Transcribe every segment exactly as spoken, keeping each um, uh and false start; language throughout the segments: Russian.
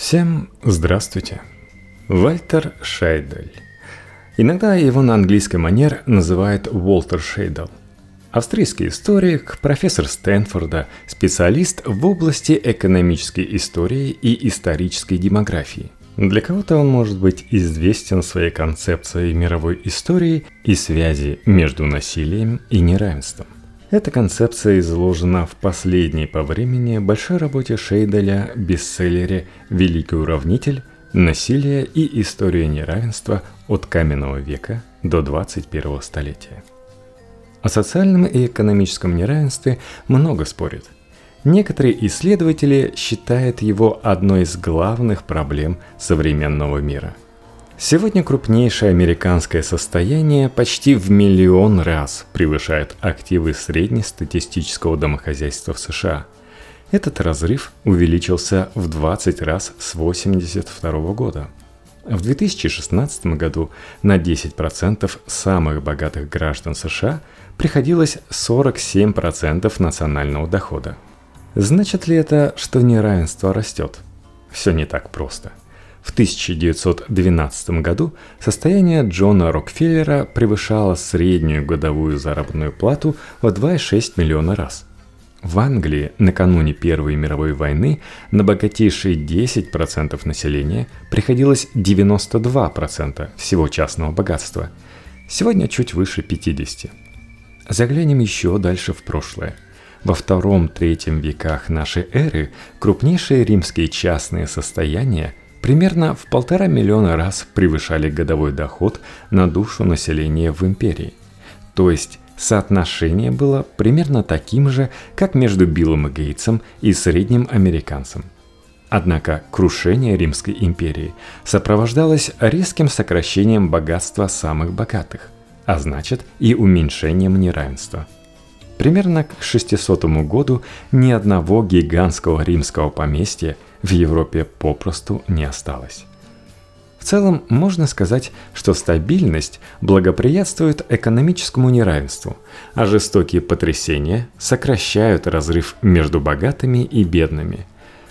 Всем здравствуйте. Вальтер Шейдель. Иногда его на английский манер называют Уолтер Шейдел. Австрийский историк, профессор Стэнфорда, специалист в области экономической истории и исторической демографии. Для кого-то он может быть известен своей концепцией мировой истории и связи между насилием и неравенством. Эта концепция изложена в последней по времени большой работе Шейделя, бестселлере «Великий уравнитель. Насилие и история неравенства от каменного века до двадцать первого столетия». О социальном и экономическом неравенстве много спорят. Некоторые исследователи считают его одной из главных проблем современного мира. Сегодня крупнейшее американское состояние почти в миллион раз превышает активы среднестатистического домохозяйства в США. Этот разрыв увеличился в двадцать раз с восемьдесят второго года. В две тысячи шестнадцатом году на десять процентов самых богатых граждан США приходилось сорок семь процентов национального дохода. Значит ли это, что неравенство растет? Все не так просто. В тысяча девятьсот двенадцатом году состояние Джона Рокфеллера превышало среднюю годовую заработную плату в два целых шесть десятых миллиона раз. В Англии накануне Первой мировой войны на богатейшие десять процентов населения приходилось девяносто два процента всего частного богатства. Сегодня чуть выше пятидесяти процентов. Заглянем еще дальше в прошлое. Во втором-третьем веках нашей эры крупнейшие римские частные состояния примерно в полтора миллиона раз превышали годовой доход на душу населения в империи. То есть соотношение было примерно таким же, как между Биллом Гейтсом и средним американцем. Однако крушение Римской империи сопровождалось резким сокращением богатства самых богатых, а значит и уменьшением неравенства. Примерно к шестисотому году ни одного гигантского римского поместья в Европе попросту не осталось. В целом можно сказать, что стабильность благоприятствует экономическому неравенству, а жестокие потрясения сокращают разрыв между богатыми и бедными.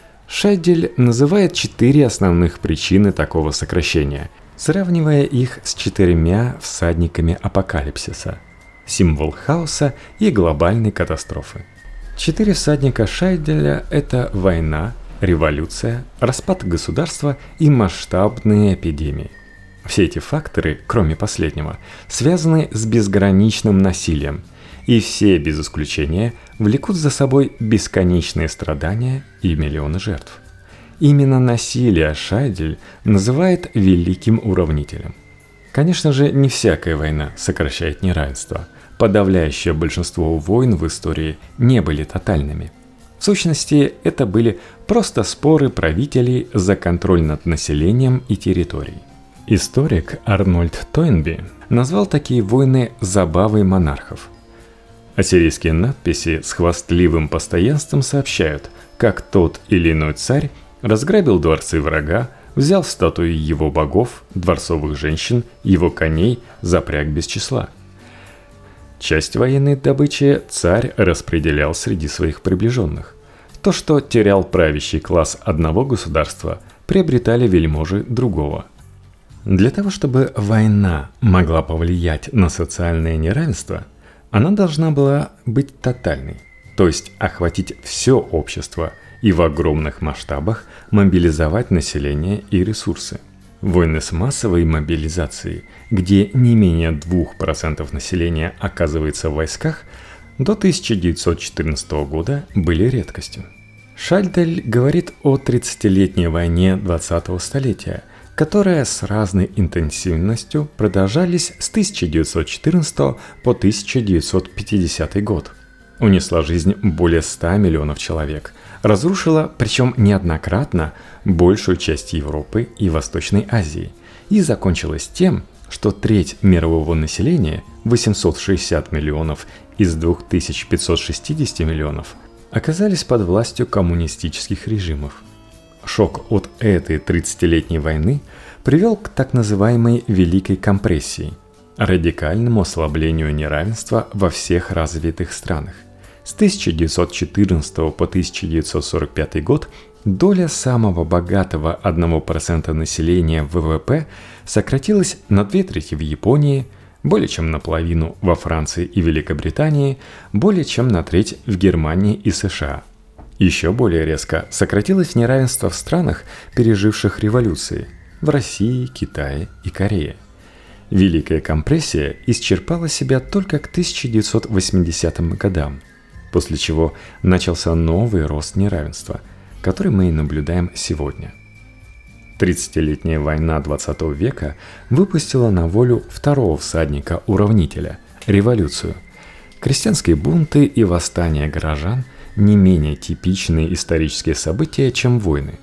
Шейдель называет четыре основных причины такого сокращения, сравнивая их с четырьмя всадниками апокалипсиса – символ хаоса и глобальной катастрофы. Четыре всадника Шейделя – это война, революция, распад государства и масштабные эпидемии. Все эти факторы, кроме последнего, связаны с безграничным насилием, и все, без исключения, влекут за собой бесконечные страдания и миллионы жертв. Именно насилие Шейдель называет великим уравнителем. Конечно же, не всякая война сокращает неравенство. Подавляющее большинство войн в истории не были тотальными. В сущности, это были просто споры правителей за контроль над населением и территорией. Историк Арнольд Тойнби назвал такие войны «забавой монархов». Ассирийские надписи с хвастливым постоянством сообщают, как тот или иной царь разграбил дворцы врага, взял статуи его богов, дворцовых женщин, его коней, запряг без числа. Часть военной добычи царь распределял среди своих приближенных. То, что терял правящий класс одного государства, приобретали вельможи другого. Для того, чтобы война могла повлиять на социальное неравенство, она должна была быть тотальной, то есть охватить все общество и в огромных масштабах мобилизовать население и ресурсы. Войны с массовой мобилизацией, где не менее двух процентов населения оказывается в войсках, до тысяча девятьсот четырнадцатого года были редкостью. Шейдель говорит о тридцатилетней войне двадцатого столетия, которая с разной интенсивностью продолжались с тысяча девятьсот четырнадцатого по тысяча девятьсот пятидесятый год. Унесла жизнь более ста миллионов человек, разрушила, причем неоднократно, большую часть Европы и Восточной Азии и закончилась тем, что треть мирового населения, восемьсот шестьдесят миллионов из две тысячи пятьсот шестьдесят миллионов, оказались под властью коммунистических режимов. Шок от этой тридцатилетней войны привел к так называемой «Великой компрессии» – радикальному ослаблению неравенства во всех развитых странах. С тысяча девятьсот четырнадцатого по тысяча девятьсот сорок пятый год доля самого богатого одного процента населения в вэ вэ пэ сократилась на две трети в Японии, более чем наполовину во Франции и Великобритании, более чем на треть в Германии и США. Еще более резко сократилось неравенство в странах, переживших революции – в России, Китае и Корее. Великая компрессия исчерпала себя только к тысяча девятьсот восьмидесятым годам, после чего начался новый рост неравенства, который мы и наблюдаем сегодня. Тридцатилетняя война двадцатого века выпустила на волю второго всадника-уравнителя – революцию. Крестьянские бунты и восстания горожан – не менее типичные исторические события, чем войны.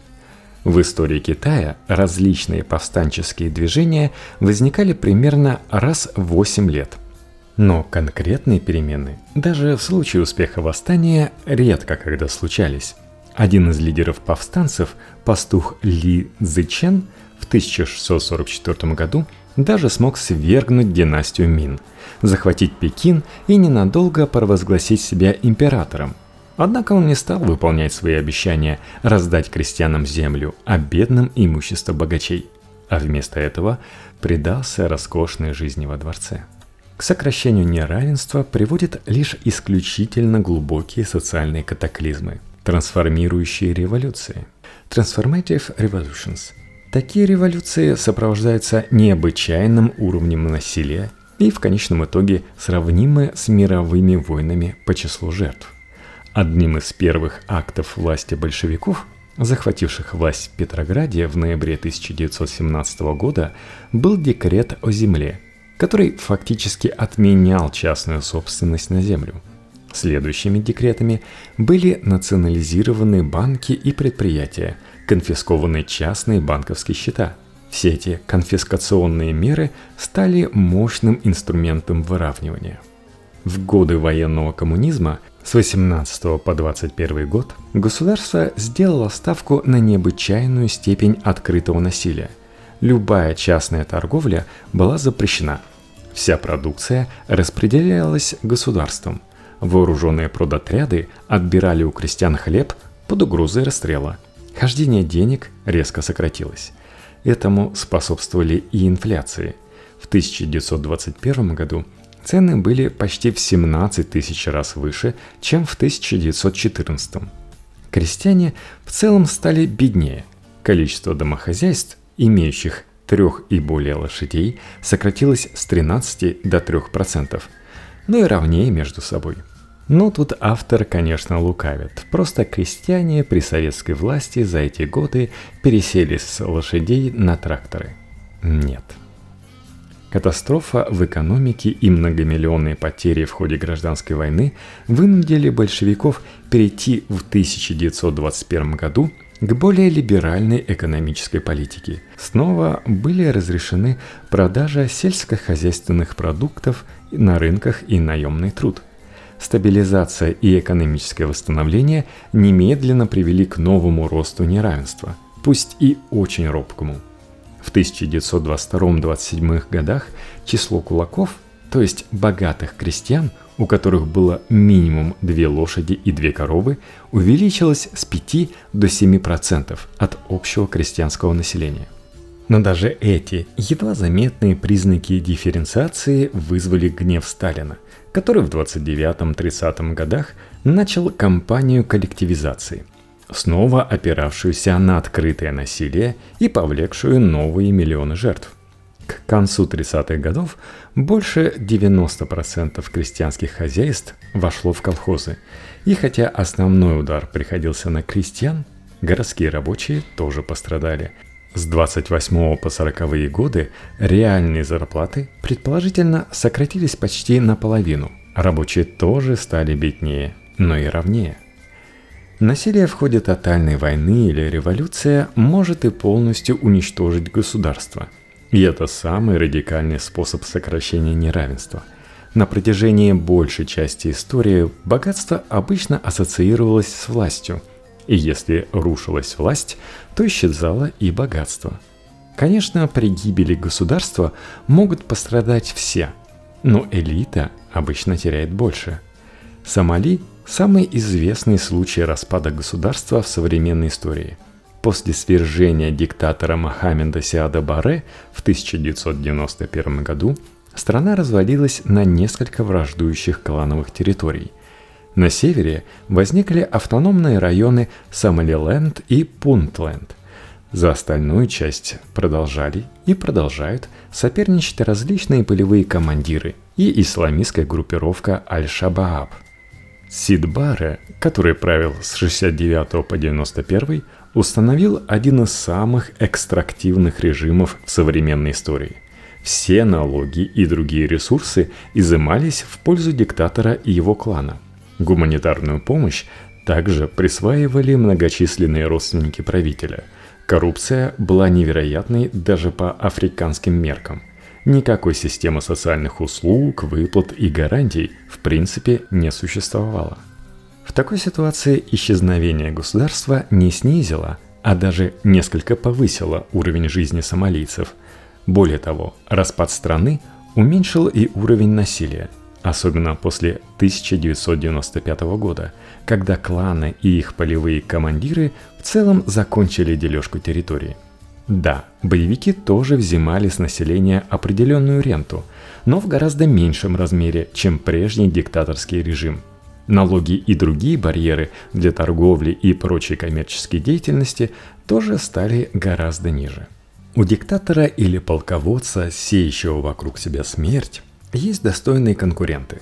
В истории Китая различные повстанческие движения возникали примерно раз в восемь лет. Но конкретные перемены, даже в случае успеха восстания, редко когда случались. Один из лидеров повстанцев, пастух Ли Цзичен, в тысяча шестьсот сорок четвёртом году даже смог свергнуть династию Мин, захватить Пекин и ненадолго провозгласить себя императором. Однако он не стал выполнять свои обещания раздать крестьянам землю, а бедным имущество богачей, а вместо этого предался роскошной жизни во дворце. К сокращению неравенства приводят лишь исключительно глубокие социальные катаклизмы, трансформирующие революции. Transformative revolutions. Такие революции сопровождаются необычайным уровнем насилия и в конечном итоге сравнимы с мировыми войнами по числу жертв. Одним из первых актов власти большевиков, захвативших власть в Петрограде в ноябре тысяча девятьсот семнадцатого года, был декрет о земле, который фактически отменял частную собственность на землю. Следующими декретами были национализированы банки и предприятия, конфискованы частные банковские счета. Все эти конфискационные меры стали мощным инструментом выравнивания. В годы военного коммунизма с восемнадцатого по двадцать первый год государство сделало ставку на необычайную степень открытого насилия. Любая частная торговля была запрещена. Вся продукция распределялась государством. Вооруженные продотряды отбирали у крестьян хлеб под угрозой расстрела. Хождение денег резко сократилось. Этому способствовали и инфляции. В тысяча девятьсот двадцать первом году цены были почти в семнадцать тысяч раз выше, чем в тысяча девятьсот четырнадцатом. Крестьяне в целом стали беднее. Количество домохозяйств, имеющих трех и более лошадей, сократилось с тринадцати до трёх процентов, но и равнее между собой. Но тут автор, конечно, лукавит. Просто крестьяне при советской власти за эти годы пересели с лошадей на тракторы. Нет. Катастрофа в экономике и многомиллионные потери в ходе гражданской войны вынудили большевиков перейти в тысяча девятьсот двадцать первом году к более либеральной экономической политике. Снова были разрешены продажа сельскохозяйственных продуктов на рынках и наемный труд. Стабилизация и экономическое восстановление немедленно привели к новому росту неравенства, пусть и очень робкому. В тысяча девятьсот двадцать втором — двадцать седьмом годах число кулаков, то есть богатых крестьян, у которых было минимум две лошади и две коровы, увеличилось с пяти до семи процентов от общего крестьянского населения. Но даже эти едва заметные признаки дифференциации вызвали гнев Сталина, который в двадцать девятом — тридцатом годах начал кампанию коллективизации, снова опиравшуюся на открытое насилие и повлекшую новые миллионы жертв. К концу тридцатых годов больше девяноста процентов крестьянских хозяйств вошло в колхозы, и хотя основной удар приходился на крестьян, городские рабочие тоже пострадали. С двадцать восьмого по сороковые годы реальные зарплаты, предположительно, сократились почти наполовину. Рабочие тоже стали беднее, но и ровнее. Насилие в ходе тотальной войны или революция может и полностью уничтожить государство. И это самый радикальный способ сокращения неравенства. На протяжении большей части истории богатство обычно ассоциировалось с властью, и если рушилась власть, то исчезало и богатство. Конечно, при гибели государства могут пострадать все, но элита обычно теряет больше. Сомали самый известный случай распада государства в современной истории. После свержения диктатора Мохаммеда Сиада Барре в тысяча девятьсот девяносто первом году страна развалилась на несколько враждующих клановых территорий. На севере возникли автономные районы Сомалиленд и Пунтленд. За остальную часть продолжали и продолжают соперничать различные полевые командиры и исламистская группировка Аль-Шабааб. Сид Барре, который правил с шестьдесят девятого по девяносто первый, установил один из самых экстрактивных режимов в современной истории. Все налоги и другие ресурсы изымались в пользу диктатора и его клана. Гуманитарную помощь также присваивали многочисленные родственники правителя. Коррупция была невероятной даже по африканским меркам. Никакой системы социальных услуг, выплат и гарантий в принципе не существовало. В такой ситуации исчезновение государства не снизило, а даже несколько повысило уровень жизни сомалийцев. Более того, распад страны уменьшил и уровень насилия, особенно после тысяча девятьсот девяносто пятого года, когда кланы и их полевые командиры в целом закончили дележку территории. Да, боевики тоже взимали с населения определенную ренту, но в гораздо меньшем размере, чем прежний диктаторский режим. Налоги и другие барьеры для торговли и прочей коммерческой деятельности тоже стали гораздо ниже. У диктатора или полководца, сеющего вокруг себя смерть, есть достойные конкуренты.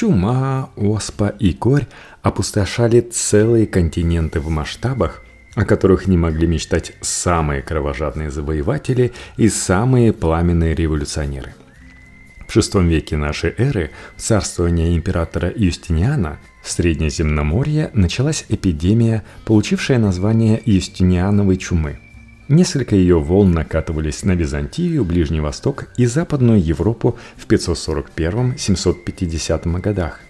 Чума, оспа и корь опустошали целые континенты в масштабах, о которых не могли мечтать самые кровожадные завоеватели и самые пламенные революционеры. В шестом веке нашей эры, в царствование императора Юстиниана, в Среднеземноморье началась эпидемия, получившая название Юстиниановой чумы. Несколько ее волн накатывались на Византию, Ближний Восток и Западную Европу в пятьсот сорок первом — семьсот пятидесятом годах.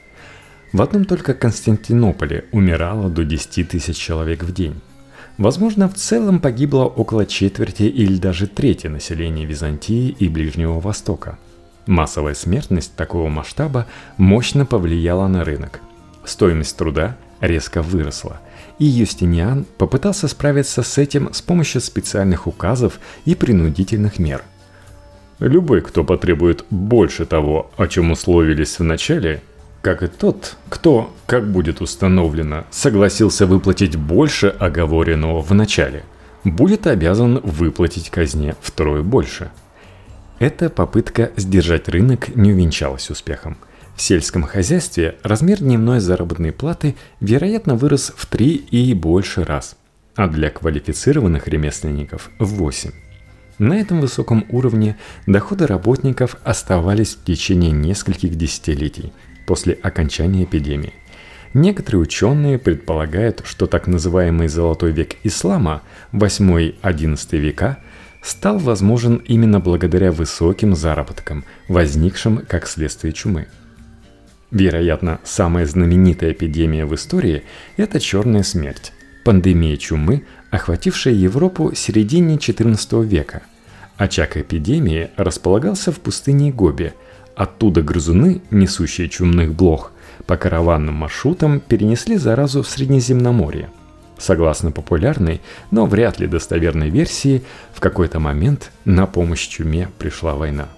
В одном только Константинополе умирало до десяти тысяч человек в день. Возможно, в целом погибло около четверти или даже трети населения Византии и Ближнего Востока. Массовая смертность такого масштаба мощно повлияла на рынок. Стоимость труда резко выросла, и Юстиниан попытался справиться с этим с помощью специальных указов и принудительных мер. Любой, кто потребует больше того, о чем условились в начале, как и тот, кто, как будет установлено, согласился выплатить больше оговоренного в начале, будет обязан выплатить казне втрое больше. Эта попытка сдержать рынок не увенчалась успехом. В сельском хозяйстве размер дневной заработной платы, вероятно, вырос в три и больше раз, а для квалифицированных ремесленников – в восемь. На этом высоком уровне доходы работников оставались в течение нескольких десятилетий после окончания эпидемии. Некоторые ученые предполагают, что так называемый «золотой век ислама» восьмой-одиннадцатый века стал возможен именно благодаря высоким заработкам, возникшим как следствие чумы. Вероятно, самая знаменитая эпидемия в истории – это Черная смерть, пандемия чумы, охватившая Европу в середине четырнадцатого века. Очаг эпидемии располагался в пустыне Гоби. Оттуда грызуны, несущие чумных блох, по караванным маршрутам перенесли заразу в Среднеземноморье. Согласно популярной, но вряд ли достоверной версии, в какой-то момент на помощь чуме пришла война.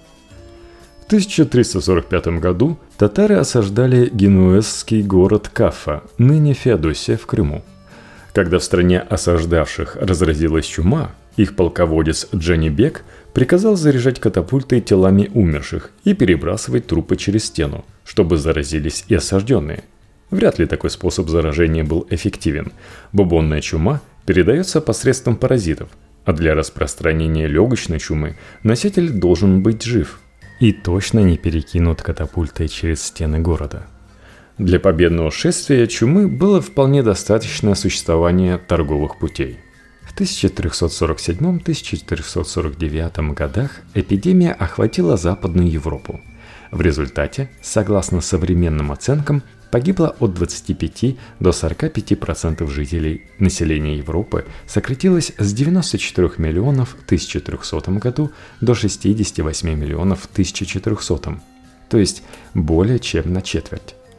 В тысяча триста сорок пятом году татары осаждали генуэзский город Каффа, ныне Феодосия в Крыму. Когда в стране осаждавших разразилась чума, их полководец Джанибек приказал заряжать катапульты телами умерших и перебрасывать трупы через стену, чтобы заразились и осажденные. Вряд ли такой способ заражения был эффективен. Бубонная чума передается посредством паразитов, а для распространения легочной чумы носитель должен быть жив и точно не перекинут катапультой через стены города. Для победного шествия чумы было вполне достаточно существования торговых путей. В тысяча триста сорок седьмом — тысяча триста сорок девятом годах эпидемия охватила Западную Европу. В результате, согласно современным оценкам, погибло от двадцати пяти до сорока пяти процентов жителей. Население Европы сократилось с девяноста четырёх миллионов в тысяча трехсотом году до шестидесяти восьми миллионов в тысяча четырехсотом, то есть более чем на четверть.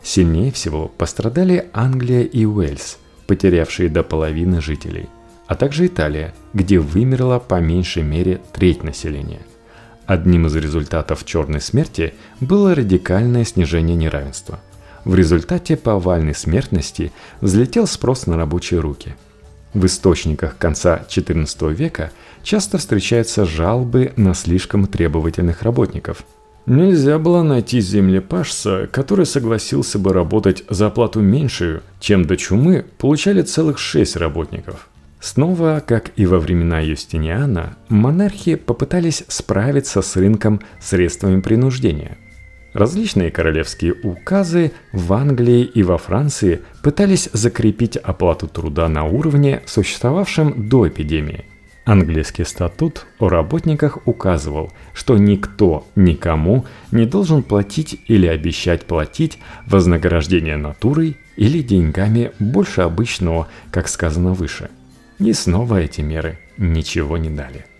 Сильнее всего пострадали Англия и Уэльс, потерявшие до половины жителей, а также Италия, где вымерла по меньшей мере треть населения. Одним из результатов черной смерти было радикальное снижение неравенства. В результате повальной смертности взлетел спрос на рабочие руки. В источниках конца четырнадцатого века часто встречаются жалобы на слишком требовательных работников. Нельзя было найти землепашца, который согласился бы работать за оплату меньшую, чем до чумы получали целых шесть работников. Снова, как и во времена Юстиниана, монархи попытались справиться с рынком средствами принуждения. Различные королевские указы в Англии и во Франции пытались закрепить оплату труда на уровне, существовавшем до эпидемии. Английский статут о работниках указывал, что никто никому не должен платить или обещать платить вознаграждение натурой или деньгами больше обычного, как сказано выше. И снова эти меры ничего не дали.